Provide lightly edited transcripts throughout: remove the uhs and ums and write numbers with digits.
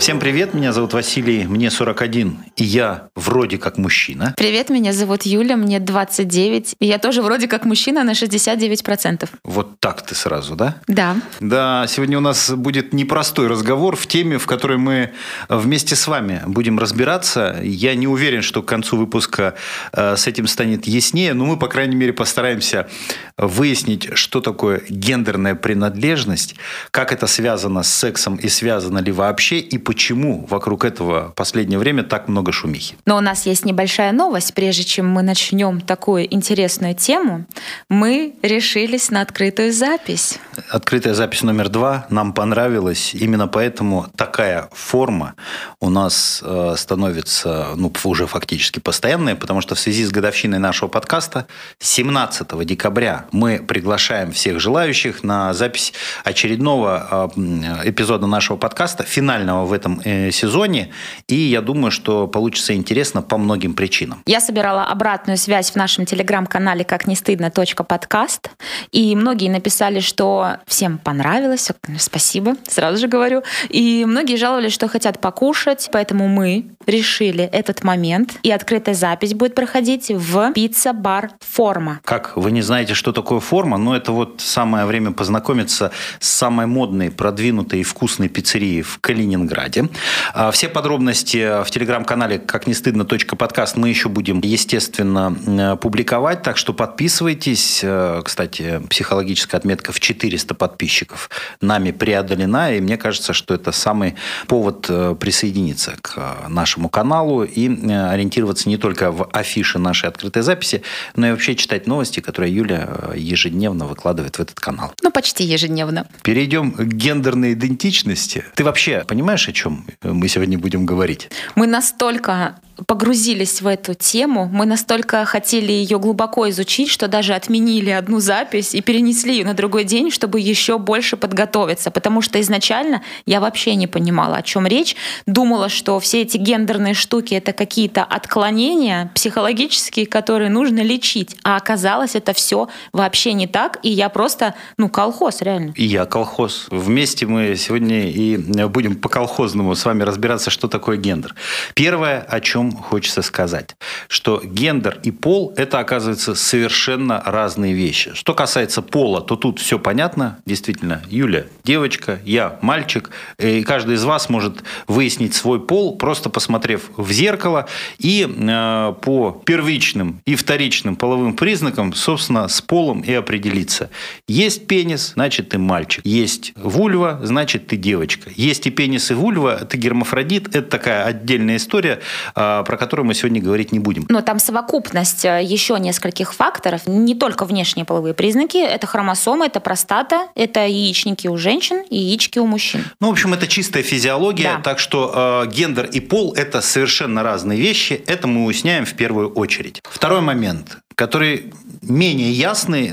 Всем привет, меня зовут Василий, мне 41, и я вроде как мужчина. Привет, меня зовут Юля, мне 29, и я тоже вроде как мужчина на 69%. Вот так ты сразу, да? Да. Да, сегодня у нас будет непростой разговор в теме, в которой мы вместе с вами будем разбираться. Я не уверен, что к концу выпуска с этим станет яснее, но мы, по крайней мере, постараемся выяснить, что такое гендерная принадлежность, как это связано с сексом и связано ли вообще, и почему вокруг этого в последнее время так много шумихи. Но у нас есть небольшая новость. Прежде чем мы начнем такую интересную тему, мы решились на открытую запись. Открытая запись номер 2 нам понравилась. Именно поэтому такая форма у нас становится уже фактически постоянной, потому что в связи с годовщиной нашего подкаста 17 декабря мы приглашаем всех желающих на запись очередного эпизода нашего подкаста, финального в этом сезоне. И я думаю, что получится интересно по многим причинам. Я собирала обратную связь в нашем телеграм-канале «Как не стыдно. Подкаст». И многие написали, что всем понравилось. Спасибо, сразу же говорю. И многие жаловались, что хотят покушать. Поэтому мы решили этот момент. И открытая запись будет проходить в пицца-бар «Форма». Как, вы не знаете, что такое «Форма», но это вот самое время познакомиться с самой модной, продвинутой и вкусной пиццерией в Калининграде. Все подробности в телеграм-канале «Как не стыдно. Подкаст» мы еще будем, естественно, публиковать, так что подписывайтесь. Кстати, психологическая отметка в 400 подписчиков нами преодолена, и мне кажется, что это самый повод присоединиться к нашему каналу и ориентироваться не только в афише нашей открытой записи, но и вообще читать новости, которые Юля ежедневно выкладывает в этот канал. Почти ежедневно. Перейдем к гендерной идентичности. Ты вообще понимаешь, о чем мы сегодня будем говорить? Мы настолько погрузились в эту тему, мы настолько хотели ее глубоко изучить, что даже отменили одну запись и перенесли ее на другой день, чтобы еще больше подготовиться. Потому что изначально я вообще не понимала, о чем речь. Думала, что все эти гендерные штуки — это какие-то отклонения психологические, которые нужно лечить. А оказалось, это все вообще не так. И я просто, колхоз, реально. И я колхоз. Вместе мы сегодня и будем по-колхозному с вами разбираться, что такое гендер. Первое, о чем хочется сказать, что гендер и пол – это, оказывается, совершенно разные вещи. Что касается пола, то тут все понятно. Действительно, Юля – девочка, я – мальчик. И каждый из вас может выяснить свой пол, просто посмотрев в зеркало и по первичным и вторичным половым признакам, собственно, с полом и определиться. Есть пенис – значит, ты мальчик. Есть вульва – значит, ты девочка. Есть и пенис, и вульва – ты гермафродит. Это такая отдельная история, про которую мы сегодня говорить не будем. Но там совокупность еще нескольких факторов. Не только внешние половые признаки. Это хромосомы, это простата, это яичники у женщин и яички у мужчин. В общем, это чистая физиология. Да. Так что гендер и пол – это совершенно разные вещи. Это мы уясняем в первую очередь. Второй момент, который менее ясный,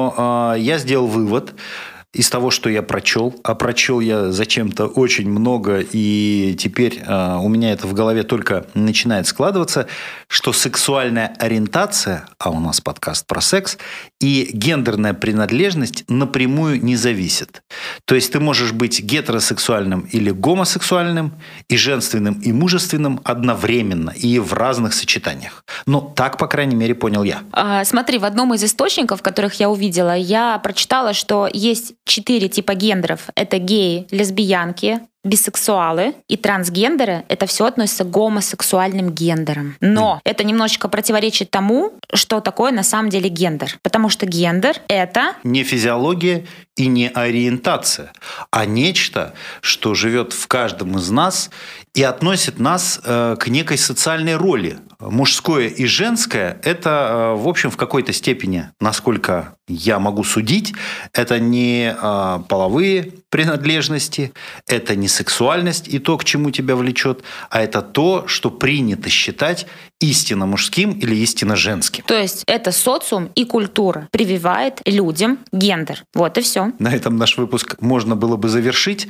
но я сделал вывод из того, что я прочел. А прочел я зачем-то очень много, и теперь у меня это в голове только начинает складываться, что сексуальная ориентация, а у нас подкаст про секс, и гендерная принадлежность напрямую не зависят. То есть ты можешь быть гетеросексуальным или гомосексуальным, и женственным, и мужественным одновременно, и в разных сочетаниях. Так, по крайней мере, понял я. Смотри, в одном из источников, которых я увидела, я прочитала, что есть 4 типа гендеров. Это геи, лесбиянки, бисексуалы и трансгендеры. Это все относится к гомосексуальным гендерам. Но это немножечко противоречит тому, что такое на самом деле гендер. Потому что гендер — это не физиология и не ориентация, а нечто, что живет в каждом из нас и относит нас к некой социальной роли. Мужское и женское – это, в общем, в какой-то степени, насколько я могу судить, это не половые принадлежности, это не сексуальность и то, к чему тебя влечет, а это то, что принято считать истинно мужским или истинно женским. То есть это социум и культура прививает людям гендер. Вот и все. На этом наш выпуск можно было бы завершить,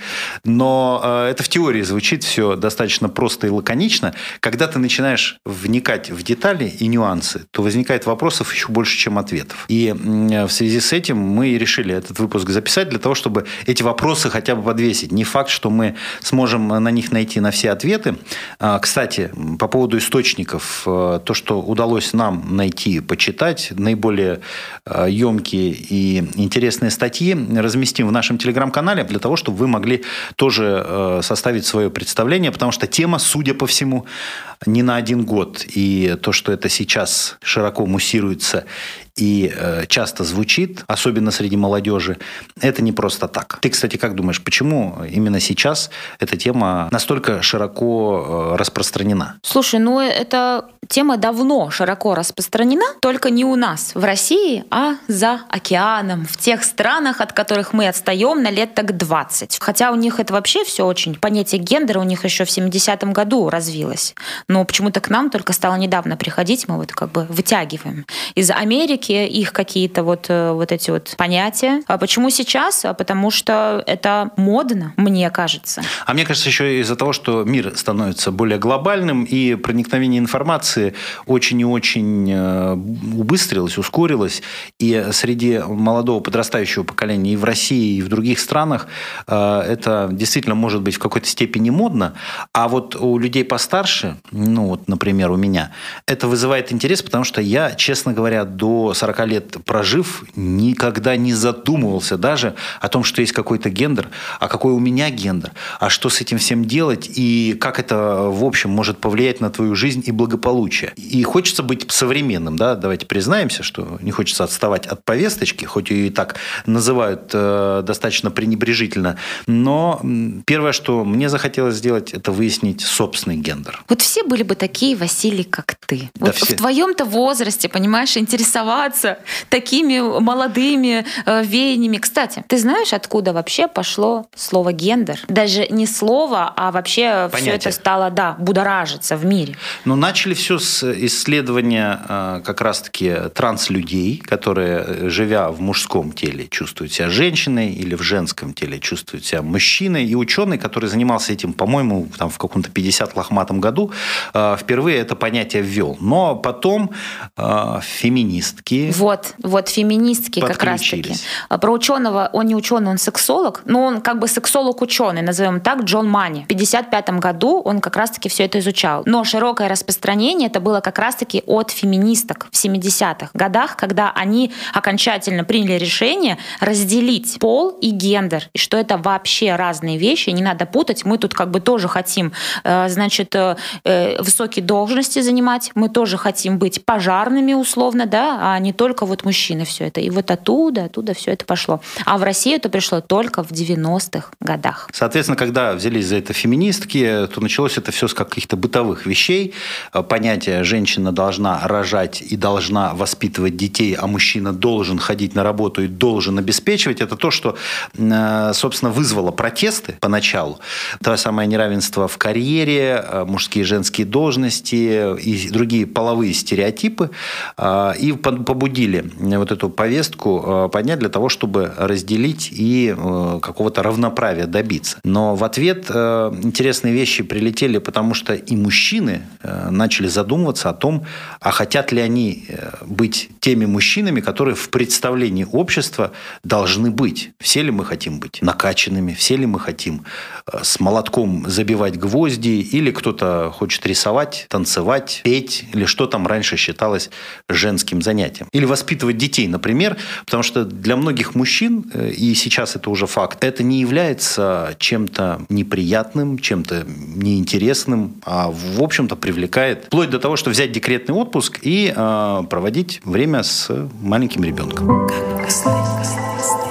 но это в теории звучит все достаточно просто и лаконично. Когда ты начинаешь вникать в детали и нюансы, то возникает вопросов еще больше, чем ответов. И в связи с этим мы решили этот выпуск записать для того, чтобы эти вопросы хотя бы подвесить. Не факт, что мы сможем на них найти на все ответы. Кстати, по поводу источников, то, что удалось нам найти, почитать, наиболее емкие и интересные статьи разместим в нашем телеграм-канале для того, чтобы вы могли тоже составить свое представление, потому что тема, судя по всему, не на один год. И то, что это сейчас широко муссируется и часто звучит, особенно среди молодежи, это не просто так. Ты, кстати, как думаешь, почему именно сейчас эта тема настолько широко распространена? Слушай, ну эта тема давно широко распространена, только не у нас в России, а за океаном, в тех странах, от которых мы отстаем на лет так 20. Хотя у них это вообще все очень, понятие гендера у них еще в 70-м году развилось. Но почему-то к нам только стало недавно приходить, мы вот как бы вытягиваем. Из Америки их какие-то вот эти вот понятия. А почему сейчас? Потому что это модно, мне кажется. А мне кажется, еще из-за того, что мир становится более глобальным, и проникновение информации очень и очень убыстрилось, ускорилось. И среди молодого подрастающего поколения и в России, и в других странах это действительно может быть в какой-то степени модно. А вот у людей постарше, ну вот, например, у меня, это вызывает интерес, потому что я, честно говоря, до 40 лет прожив, никогда не задумывался даже о том, что есть какой-то гендер, а какой у меня гендер, а что с этим всем делать и как это, в общем, может повлиять на твою жизнь и благополучие. И хочется быть современным, да, давайте признаемся, что не хочется отставать от повесточки, хоть ее и так называют достаточно пренебрежительно, но первое, что мне захотелось сделать, это выяснить собственный гендер. Вот все были бы такие, Василий, как ты. Да, вот в твоем-то возрасте, понимаешь, интересоваться такими молодыми веяниями. Кстати, ты знаешь, откуда вообще пошло слово гендер? Даже не слово, а вообще понятие. Все это стало, да, будоражиться в мире. Ну, начали все с исследования как раз-таки транслюдей, которые, живя в мужском теле, чувствуют себя женщиной, или в женском теле чувствуют себя мужчиной. И ученый, который занимался этим, по-моему, там, в каком-то 50 лохматом году, впервые это понятие ввел. Но потом феминистки. Вот феминистки как раз-таки. Про ученого, он не ученый, он сексолог, но он как бы сексолог-ученый, назовем так, Джон Мани. В 1955 году он как раз-таки все это изучал. Но широкое распространение это было как раз-таки от феминисток в 70-х годах, когда они окончательно приняли решение разделить пол и гендер, и что это вообще разные вещи, не надо путать. Мы тут как бы тоже хотим, значит, высокие должности занимать, мы тоже хотим быть пожарными условно, да, а не только вот мужчины все это. И вот оттуда все это пошло. А в Россию это пришло только в 90-х годах. Соответственно, когда взялись за это феминистки, то началось это все с каких-то бытовых вещей. Понятие «женщина должна рожать и должна воспитывать детей, а мужчина должен ходить на работу и должен обеспечивать» — это то, что, собственно, вызвало протесты поначалу. То самое неравенство в карьере, мужские и женские должности и другие половые стереотипы. И побудили вот эту повестку поднять для того, чтобы разделить и какого-то равноправия добиться. Но в ответ интересные вещи прилетели, потому что и мужчины начали задумываться о том, а хотят ли они быть теми мужчинами, которые в представлении общества должны быть. Все ли мы хотим быть накачанными, все ли мы хотим с молотком забивать гвозди, или кто-то хочет рисовать, танцевать, петь, или что там раньше считалось женским занятием. Или воспитывать детей, например, потому что для многих мужчин, и сейчас это уже факт, это не является чем-то неприятным, чем-то неинтересным, а в общем-то привлекает, вплоть до того, что взять декретный отпуск и проводить время с маленьким ребенком.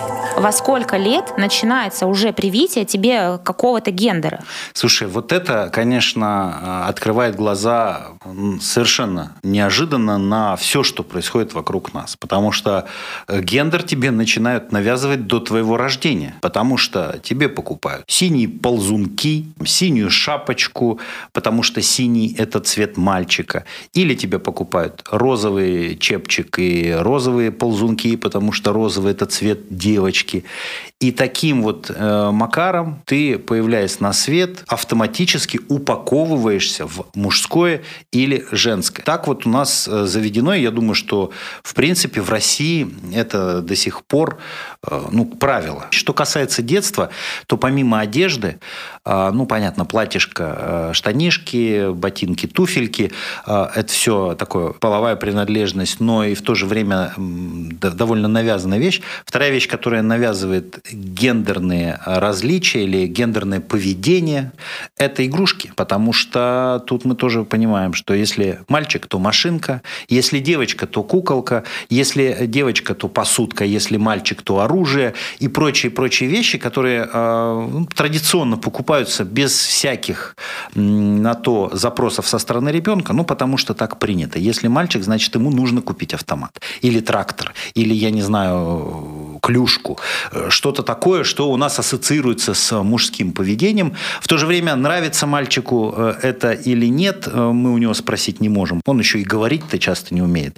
во сколько лет начинается уже привитие тебе какого-то гендера? Слушай, вот это, конечно, открывает глаза совершенно неожиданно на все, что происходит вокруг нас. Потому что гендер тебе начинают навязывать до твоего рождения. Потому что тебе покупают синие ползунки, синюю шапочку, потому что синий – это цвет мальчика. Или тебе покупают розовый чепчик и розовые ползунки, потому что розовый – это цвет девочки. И таким вот макаром ты, появляясь на свет, автоматически упаковываешься в мужское или женское. Так вот у нас заведено, и я думаю, что в принципе в России это до сих пор правило. Что касается детства, то помимо одежды, понятно, платьишко, штанишки, ботинки, туфельки, это все такое половая принадлежность, но и в то же время довольно навязанная вещь. Вторая вещь, которая навязывает гендерные различия или гендерное поведение, это игрушки. Потому что тут мы тоже понимаем, что если мальчик, то машинка, если девочка, то куколка, если девочка, то посудка, если мальчик, то оружие и прочие вещи, которые традиционно покупаются без всяких на то запросов со стороны ребенка, потому что так принято. Если мальчик, значит, ему нужно купить автомат или трактор, или, я не знаю, клюшку, что-то такое, что у нас ассоциируется с мужским поведением. В то же время, нравится мальчику это или нет, мы у него спросить не можем. Он еще и говорить-то часто не умеет.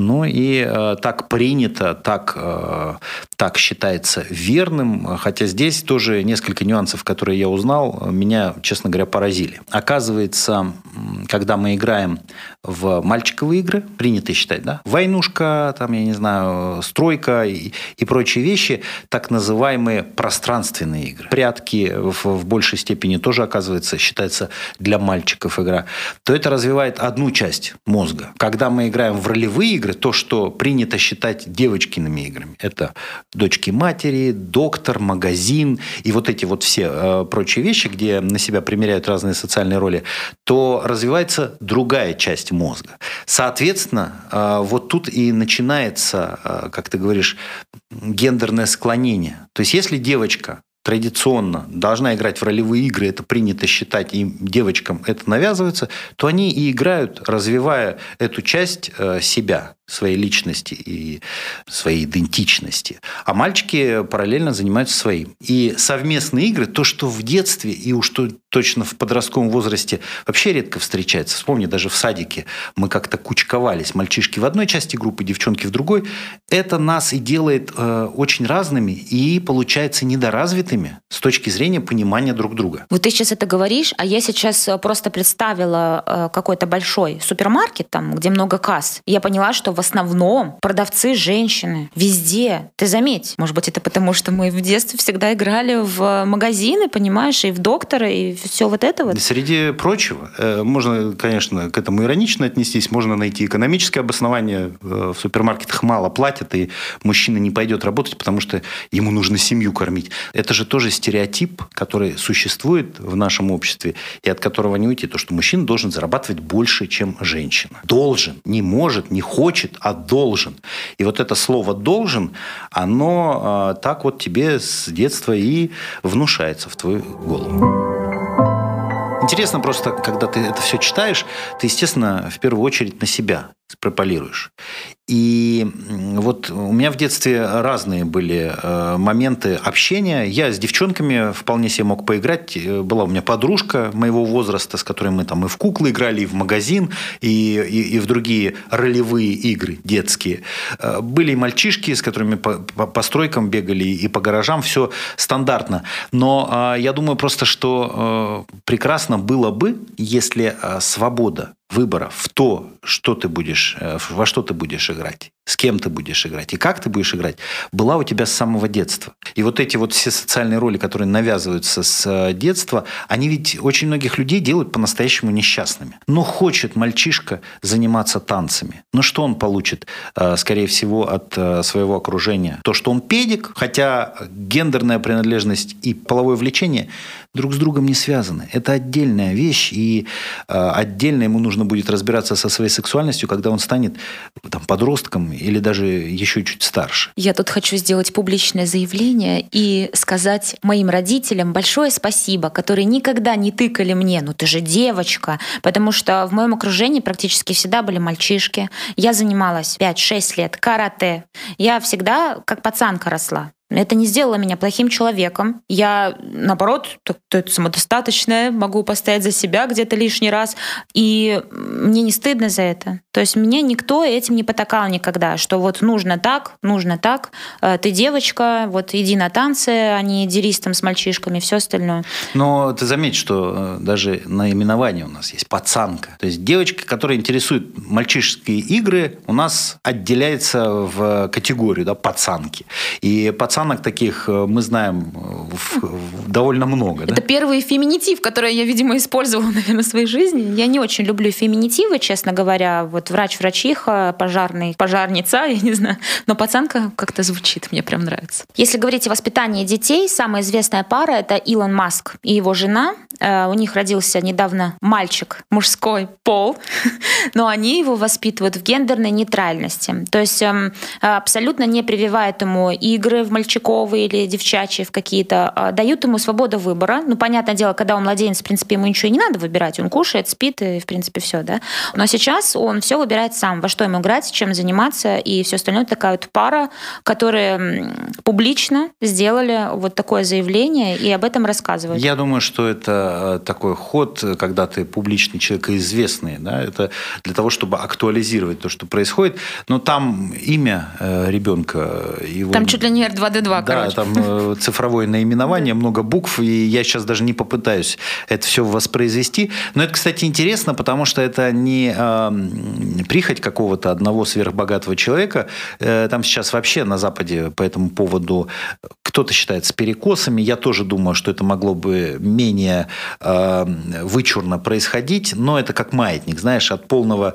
И так принято, так считается верным. Хотя здесь тоже несколько нюансов, которые я узнал, меня, честно говоря, поразили. Оказывается, когда мы играем в мальчиковые игры, принято считать, да, войнушка, я не знаю, стройка и прочие вещи, так называемые пространственные игры. Прятки в большей степени тоже, оказывается, считается для мальчиков игра. То это развивает одну часть мозга. Когда мы играем в ролевые игры, то, что принято считать девочкиными играми, это дочки матери, доктор, магазин и вот эти вот все прочие вещи, где на себя примеряют разные социальные роли, то развивается другая часть мозга. Соответственно, вот тут и начинается, как ты говоришь, гендерное склонение. То есть, если девочка традиционно должна играть в ролевые игры, это принято считать, и девочкам это навязывается, то они и играют, развивая эту часть себя, своей личности и своей идентичности. А мальчики параллельно занимаются своим. И совместные игры, то, что в детстве и уж точно в подростковом возрасте вообще редко встречается. Вспомни, даже в садике мы как-то кучковались. Мальчишки в одной части группы, девчонки в другой. Это нас и делает очень разными и, получается, недоразвитыми с точки зрения понимания друг друга. Вот ты сейчас это говоришь, а я сейчас просто представила какой-то большой супермаркет, там, где много касс. И я поняла, что в основном продавцы женщины везде. Ты заметь, может быть, это потому, что мы в детстве всегда играли в магазины, понимаешь, и в доктора, и все вот это вот. Среди прочего, можно, конечно, к этому иронично отнестись, можно найти экономическое обоснование. В супермаркетах мало платят, и мужчина не пойдет работать, потому что ему нужно семью кормить. Это же тоже стереотип, который существует в нашем обществе, и от которого не уйти. То, что мужчина должен зарабатывать больше, чем женщина. Должен, не может, не хочет, а должен. И вот это слово «должен», оно так вот тебе с детства и внушается в твою голову. Интересно просто, когда ты это все читаешь, ты, естественно, в первую очередь на себя экстраполируешь. И вот у меня в детстве разные были моменты общения. Я с девчонками вполне себе мог поиграть. Была у меня подружка моего возраста, с которой мы там и в куклы играли, и в магазин, и в другие ролевые игры детские. Были и мальчишки, с которыми по стройкам бегали, и по гаражам. Все стандартно. Но я думаю просто, что прекрасно было бы, если свобода выбора в то, что ты будешь, во что ты будешь играть, с кем ты будешь играть и как ты будешь играть, была у тебя с самого детства. И вот эти вот все социальные роли, которые навязываются с детства, они ведь очень многих людей делают по-настоящему несчастными. Но хочет мальчишка заниматься танцами. Но что он получит, скорее всего, от своего окружения? То, что он педик, хотя гендерная принадлежность и половое влечение друг с другом не связаны. Это отдельная вещь, и отдельно ему нужно нужно будет разбираться со своей сексуальностью, когда он станет там, подростком или даже еще чуть старше. Я тут хочу сделать публичное заявление и сказать моим родителям большое спасибо, которые никогда не тыкали мне: ну ты же девочка, потому что в моем окружении практически всегда были мальчишки. Я занималась 5-6 лет карате. Я всегда как пацанка росла. Это не сделало меня плохим человеком. Я, наоборот, самодостаточная, могу постоять за себя где-то лишний раз. И мне не стыдно за это. То есть меня никто этим не потакал никогда, что вот нужно так, ты девочка, вот иди на танцы, а не дерись там с мальчишками, все остальное. Но ты заметь, что даже наименование у нас есть пацанка. То есть девочка, которая интересует мальчишеские игры, у нас отделяется в категорию, да, пацанки. И пацанок таких мы знаем довольно много. Это да? первый феминитив, который я, видимо, использовала, наверное, в своей жизни. Я не очень люблю феминитивы, честно говоря. Вот врач, врачиха, пожарный, пожарница, я не знаю. Но пацанка как-то звучит, мне прям нравится. Если говорить о воспитании детей, самая известная пара — это Илон Маск и его жена. У них родился недавно мальчик, мужской пол, но они его воспитывают в гендерной нейтральности. То есть абсолютно не прививают ему игры в мальчиковые или девчачьи в какие-то, дают ему свободу выбора. Ну, понятное дело, когда он младенец, в принципе, ему ничего и не надо выбирать. Он кушает, спит, и, в принципе, все, да. Но сейчас он все выбирает сам, во что ему играть, чем заниматься, и все остальное. Такая вот пара, которые публично сделали вот такое заявление и об этом рассказывают. Я думаю, что это такой ход, когда ты публичный человек и известный, да, это для того, чтобы актуализировать то, что происходит. Но там имя ребенка, его... Там чуть ли не R2D2, да, короче. там цифровое наименование, много букв, и я сейчас даже не попытаюсь это все воспроизвести. Но это, кстати, интересно, потому что это не прихоть какого-то одного сверхбогатого человека. Там сейчас вообще на Западе по этому поводу кто-то считает с перекосами. Я тоже думаю, что это могло бы менее вычурно происходить, но это как маятник, знаешь, от полной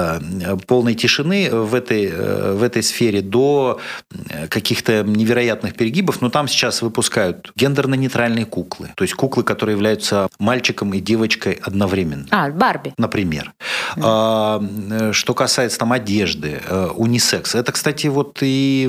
тишины в этой сфере до каких-то невероятных перегибов. Но там сейчас выпускают гендерно-нейтральные куклы. То есть куклы, которые являются мальчиком и девочкой одновременно. Барби. Например. Что касается там одежды, унисекс. Это, кстати, вот и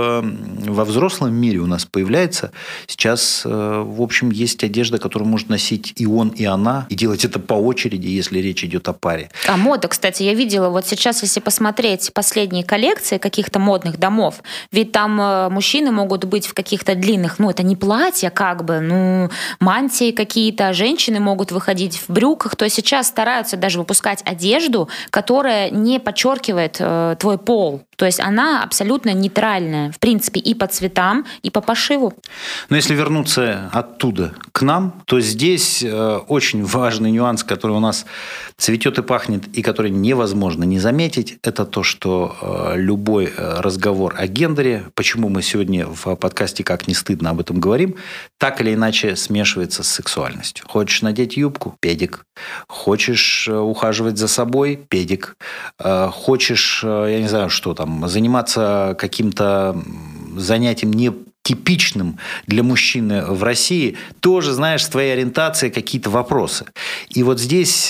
во взрослом мире у нас появляется. Сейчас, в общем, есть одежда, которую может носить и он, и она, и делать это по очереди, если речь идет о паре. А мода, кстати, я видела, вот сейчас, если посмотреть последние коллекции каких-то модных домов, ведь там мужчины могут быть в каких-то длинных, это не платья как бы, мантии какие-то, а женщины могут выходить в брюках. То есть сейчас стараются даже выпускать одежду, которая не подчеркивает твой пол. То есть она абсолютно нейтральная, в принципе, и по цветам, и по пошиву. Но если вернуться оттуда к нам, то здесь очень важный нюанс, который у нас цветет и пахнет, и который невозможно не заметить, это то, что любой разговор о гендере, почему мы сегодня в подкасте «Как не стыдно» об этом говорим, так или иначе смешивается с сексуальностью. Хочешь надеть юбку – педик. Хочешь ухаживать за собой – педик. Хочешь, я не знаю, что там, заниматься каким-то занятием не типичным для мужчины в России, тоже, знаешь, с твоей ориентацией какие-то вопросы. И вот здесь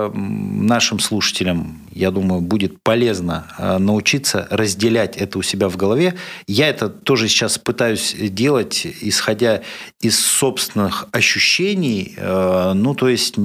нашим слушателям, я думаю, будет полезно научиться разделять это у себя в голове. Я это тоже сейчас пытаюсь делать, исходя из собственных ощущений, то есть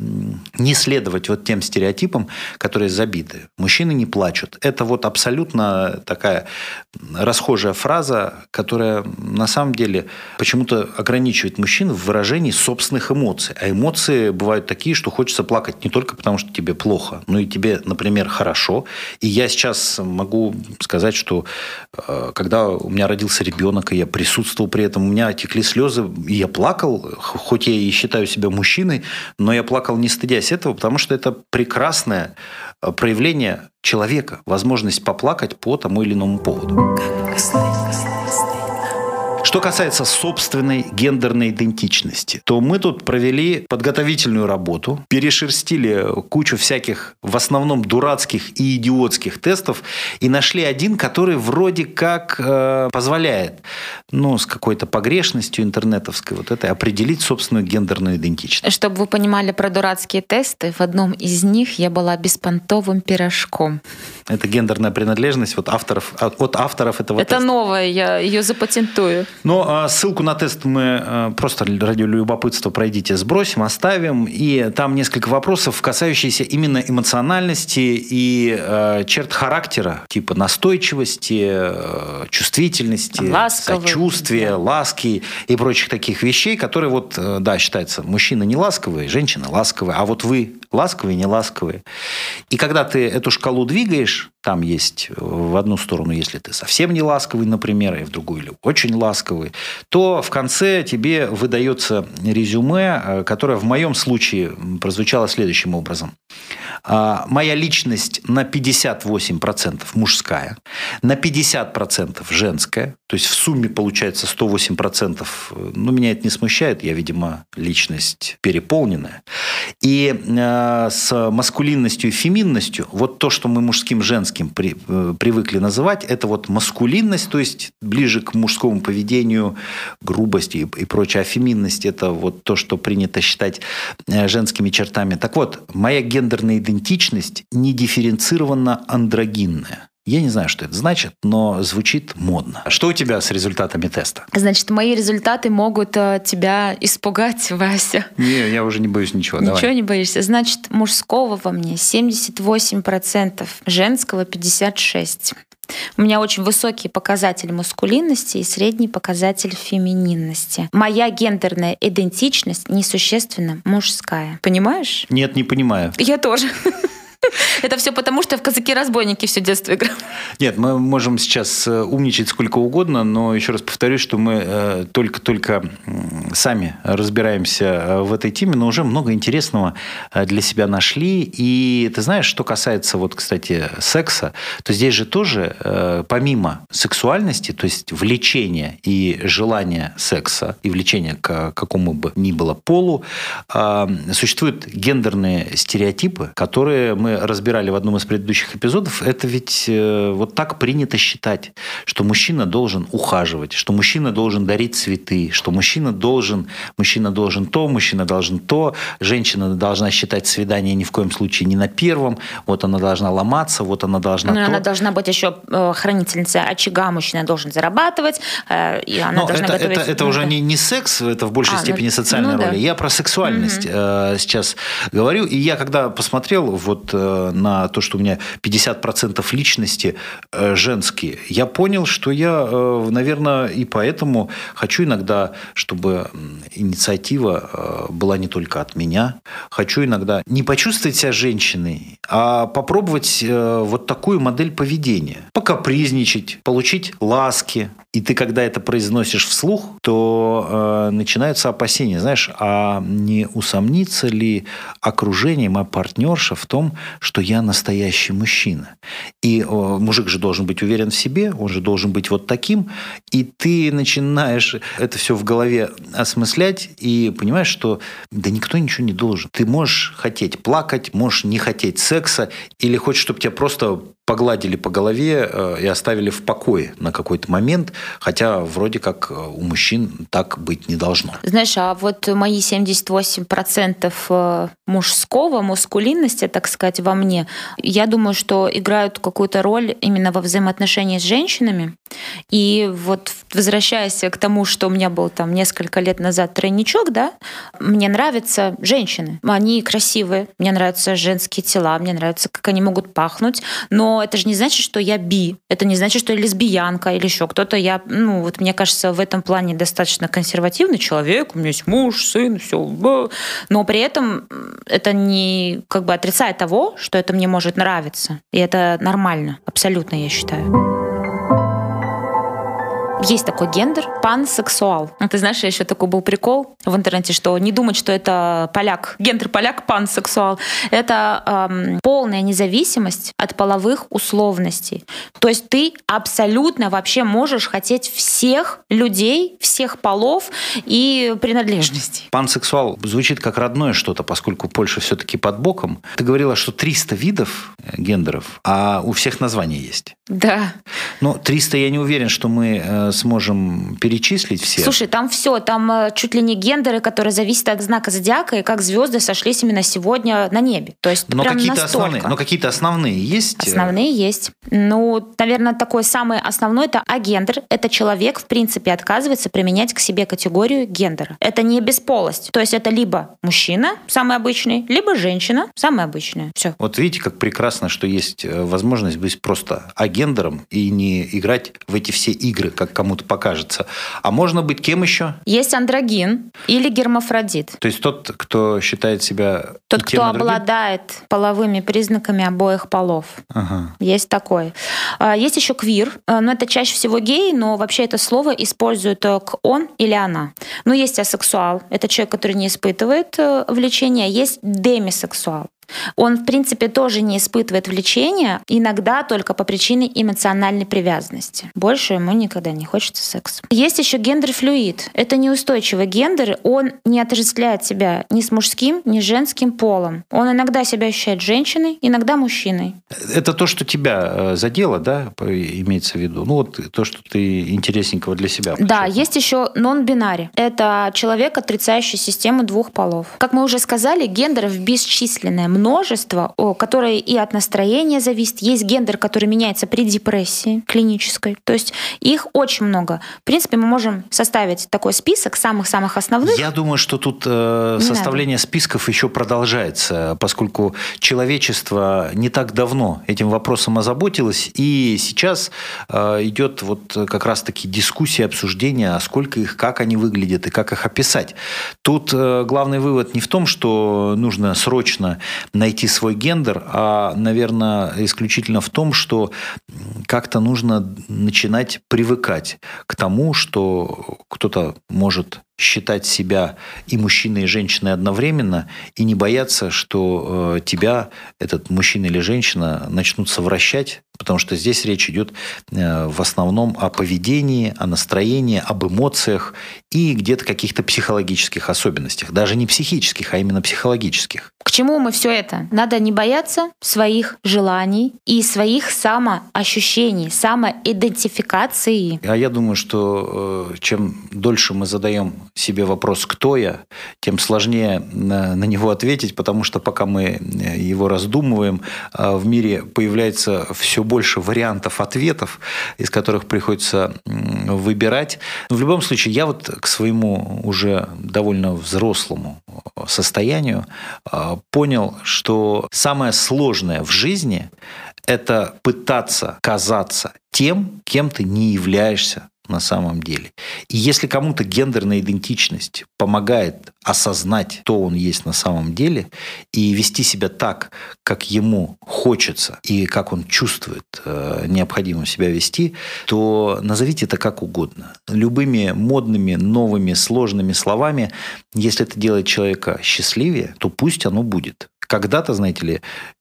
не следовать вот тем стереотипам, которые забиты. Мужчины не плачут. Это вот абсолютно такая расхожая фраза, которая на самом деле почему-то ограничивает мужчин в выражении собственных эмоций. А эмоции бывают такие, что хочется плакать не только потому, что тебе плохо, но и тебе, например, хорошо. И я сейчас могу сказать, что когда у меня родился ребенок, и я присутствовал при этом, у меня текли слезы, и я плакал, хоть я и считаю себя мужчиной, но я плакал не стыдясь этого, потому что это прекрасное проявление человека, возможность поплакать по тому или иному поводу. Что касается собственной гендерной идентичности, то мы тут провели подготовительную работу, перешерстили кучу всяких, в основном дурацких и идиотских тестов, и нашли один, который вроде как позволяет, с какой-то погрешностью интернетовской вот этой, определить собственную гендерную идентичность. Чтобы вы понимали про дурацкие тесты, в одном из них я была беспонтовым пирожком. Это гендерная принадлежность от авторов этого теста. Это новое, я ее запатентую. Но ссылку на тест мы просто ради любопытства пройдите, сбросим, оставим. И там несколько вопросов, касающихся именно эмоциональности и черт характера, типа настойчивости, чувствительности, сочувствия, ласки и прочих таких вещей, которые считается, мужчина не ласковый, женщина ласковая, а вот вы ласковые, не ласковые. И когда ты эту шкалу двигаешь, там есть в одну сторону, если ты совсем не ласковый, например, и в другую или очень ласковый, то в конце тебе выдается резюме, которое в моем случае прозвучало следующим образом. Моя личность на 58% мужская, на 50% женская, то есть в сумме получается 108%. Меня это не смущает, я, видимо, личность переполненная. И с маскулинностью и феминностью, вот то, что мы мужским, женским привыкли называть, это вот маскулинность, то есть ближе к мужскому поведению, грубости и прочее. А феминность – это вот то, что принято считать женскими чертами. Так вот, моя гендерная идентичность не дифференцированно андрогинная. Я не знаю, что это значит, но звучит модно. Что у тебя с результатами теста? Значит, мои результаты могут тебя испугать, Вася. Не, я уже не боюсь ничего. Ничего Давай. не боишься. Значит, мужского во мне 78%, женского 56%. У меня очень высокий показатель маскулинности и средний показатель фемининности. Моя гендерная идентичность несущественно мужская. Понимаешь? Нет, не понимаю. Я тоже. Это все потому, что я в «Казаки-разбойники» все детство играла. Нет, мы можем сейчас умничать сколько угодно, но еще раз повторюсь, что мы только сами разбираемся в этой теме, но уже много интересного для себя нашли. И ты знаешь, что касается, кстати, секса, то здесь же тоже, помимо сексуальности, то есть влечения и желания секса, и влечения к какому бы ни было полу, существуют гендерные стереотипы, которые мы разбирали в одном из предыдущих эпизодов. Это ведь вот так принято считать, что мужчина должен ухаживать, что мужчина должен дарить цветы, что мужчина должен то, мужчина должен то, женщина должна считать свидание ни в коем случае не на первом, вот она должна ломаться, вот она должна то. Она должна быть еще хранительницей очага, мужчина должен зарабатывать, и она должна готовить. Это уже не секс, это в большей степени социальная роль. Да. Я про сексуальность сейчас говорю. И я когда посмотрел на то, что у меня 50% личности женские, я понял, что я, наверное, и поэтому хочу иногда, чтобы инициатива была не только от меня. Хочу иногда не почувствовать себя женщиной, а попробовать вот такую модель поведения. Покапризничать, получить ласки. И ты, когда это произносишь вслух, то начинаются опасения. Знаешь, а не усомнится ли окружение, моя партнерша в том, что я настоящий мужчина? И мужик же должен быть уверен в себе, он же должен быть вот таким. И ты начинаешь это все в голове осмыслять и понимаешь, что да никто ничего не должен. Ты можешь хотеть плакать, можешь не хотеть секса, или хочешь, чтобы тебя просто погладили по голове и оставили в покое на какой-то момент, хотя вроде как у мужчин так быть не должно. Знаешь, а вот мои 78% мужского, маскулинности, так сказать, во мне, я думаю, что играют какую-то роль именно во взаимоотношении с женщинами. И вот возвращаясь к тому, что у меня был там несколько лет назад тройничок, да, мне нравятся женщины. Они красивые, мне нравятся женские тела, мне нравится, как они могут пахнуть, но это же не значит, что я би, это не значит, что я лесбиянка или еще кто-то. Я, мне кажется, в этом плане достаточно консервативный человек, у меня есть муж, сын, все, но при этом это не отрицает того, что это мне может нравиться, и это нормально, абсолютно, я считаю. Есть такой гендер — пансексуал. Ты знаешь, еще такой был прикол в интернете, что не думать, что это поляк. Гендер поляк — пансексуал. Это полная независимость от половых условностей. То есть ты абсолютно вообще можешь хотеть всех людей, всех полов и принадлежностей. Пансексуал звучит как родное что-то, поскольку Польша все-таки под боком. Ты говорила, что 300 видов гендеров, а у всех названия есть. Да. Но 300 я не уверен, что мы сможем перечислить все. Слушай, там все, там чуть ли не гендеры, которые зависят от знака зодиака, и как звезды сошлись именно сегодня на небе. То есть но прям какие-то настолько. какие-то основные есть? Основные есть. Ну, наверное, такой самый основной — это агендер. Это человек, в принципе, отказывается применять к себе категорию гендера. Это не бесполость. То есть это либо мужчина, самый обычный, либо женщина, самая обычная. Все. Вот видите, как прекрасно, что есть возможность быть просто агендером и не играть в эти все игры, как кому-то покажется. А можно быть кем еще? Есть андрогин или гермафродит. То есть тот, кто считает себя тот, кто обладает половыми признаками обоих полов. Ага. Есть такой. Есть еще квир, но это чаще всего гей, но вообще это слово используют к он или она. Но есть асексуал, это человек, который не испытывает влечения, есть демисексуал. Он, в принципе, тоже не испытывает влечения, иногда только по причине эмоциональной привязанности. Больше ему никогда не хочется секса. Есть еще гендер-флюид. Это неустойчивый гендер, он не отождествляет себя ни с мужским, ни с женским полом. Он иногда себя ощущает женщиной, иногда мужчиной. Это то, что тебя задело, да, имеется в виду? Ну вот то, что ты интересненького для себя. Да, есть еще нон-бинари. Это человек, отрицающий систему двух полов. Как мы уже сказали, гендеров бесчисленное множество, которое и от настроения зависит. Есть гендер, который меняется при депрессии клинической. То есть их очень много. В принципе, мы можем составить такой список самых-самых основных. Я думаю, что тут составление списков еще продолжается, поскольку человечество не так давно этим вопросом озаботилось, и сейчас идет вот как раз-таки дискуссия, обсуждение, а сколько их, как они выглядят и как их описать. Тут главный вывод не в том, что нужно срочно найти свой гендер, а, наверное, исключительно в том, что как-то нужно начинать привыкать к тому, что кто-то может считать себя и мужчиной, и женщиной одновременно, и не бояться, что тебя, этот мужчина или женщина, начнут совращать, потому что здесь речь идет в основном о поведении, о настроении, об эмоциях и где-то каких-то психологических особенностях. Даже не психических, а именно психологических. К чему мы все это? Надо не бояться своих желаний и своих самоощущений, самоидентификации. А я думаю, что чем дольше мы задаем себе вопрос «кто я?», тем сложнее на него ответить, потому что пока мы его раздумываем, в мире появляется все больше вариантов ответов, из которых приходится выбирать. Но в любом случае, я вот к своему уже довольно взрослому состоянию понял, что самое сложное в жизни – это пытаться казаться тем, кем ты не являешься на самом деле. И если кому-то гендерная идентичность помогает осознать, кто он есть на самом деле, и вести себя так, как ему хочется, и как он чувствует необходимо себя вести, то назовите это как угодно. Любыми модными, новыми, сложными словами, если это делает человека счастливее, то пусть оно будет. Когда-то, знаете ли,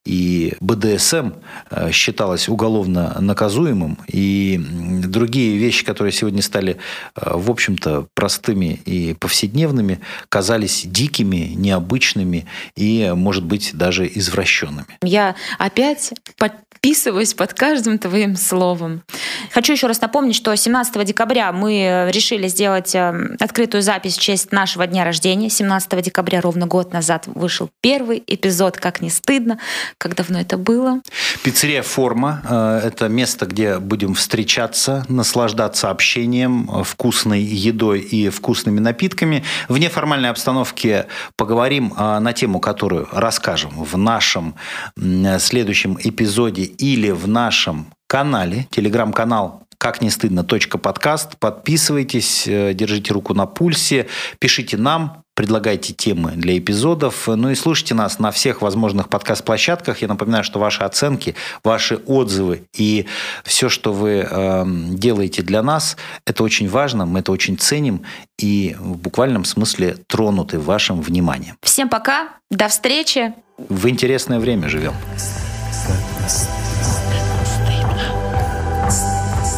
и БДСМ считалось уголовно наказуемым, и другие вещи, которые сегодня стали, в общем-то, простыми и повседневными, казались дикими, необычными и, может быть, даже извращенными. Я опять подписываюсь под каждым твоим словом. Хочу еще раз напомнить, что 17 декабря мы решили сделать открытую запись в честь нашего дня рождения. 17 декабря, ровно год назад, вышел первый эпизод «Как не стыдно». Как давно это было? Пиццерия «Форма» – это место, где будем встречаться, наслаждаться общением, вкусной едой и вкусными напитками. В неформальной обстановке поговорим на тему, которую расскажем в нашем следующем эпизоде или в нашем канале, телеграм-канал «Как не стыдно. Подкаст». Подписывайтесь, держите руку на пульсе, пишите нам, предлагайте темы для эпизодов, ну и слушайте нас на всех возможных подкаст-площадках. Я напоминаю, что ваши оценки, ваши отзывы и все, что вы делаете для нас, это очень важно, мы это очень ценим и в буквальном смысле тронуты вашим вниманием. Всем пока, до встречи. В интересное время живем.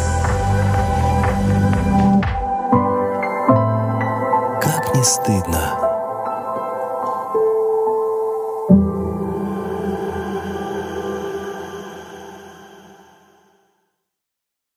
Как не стыдно.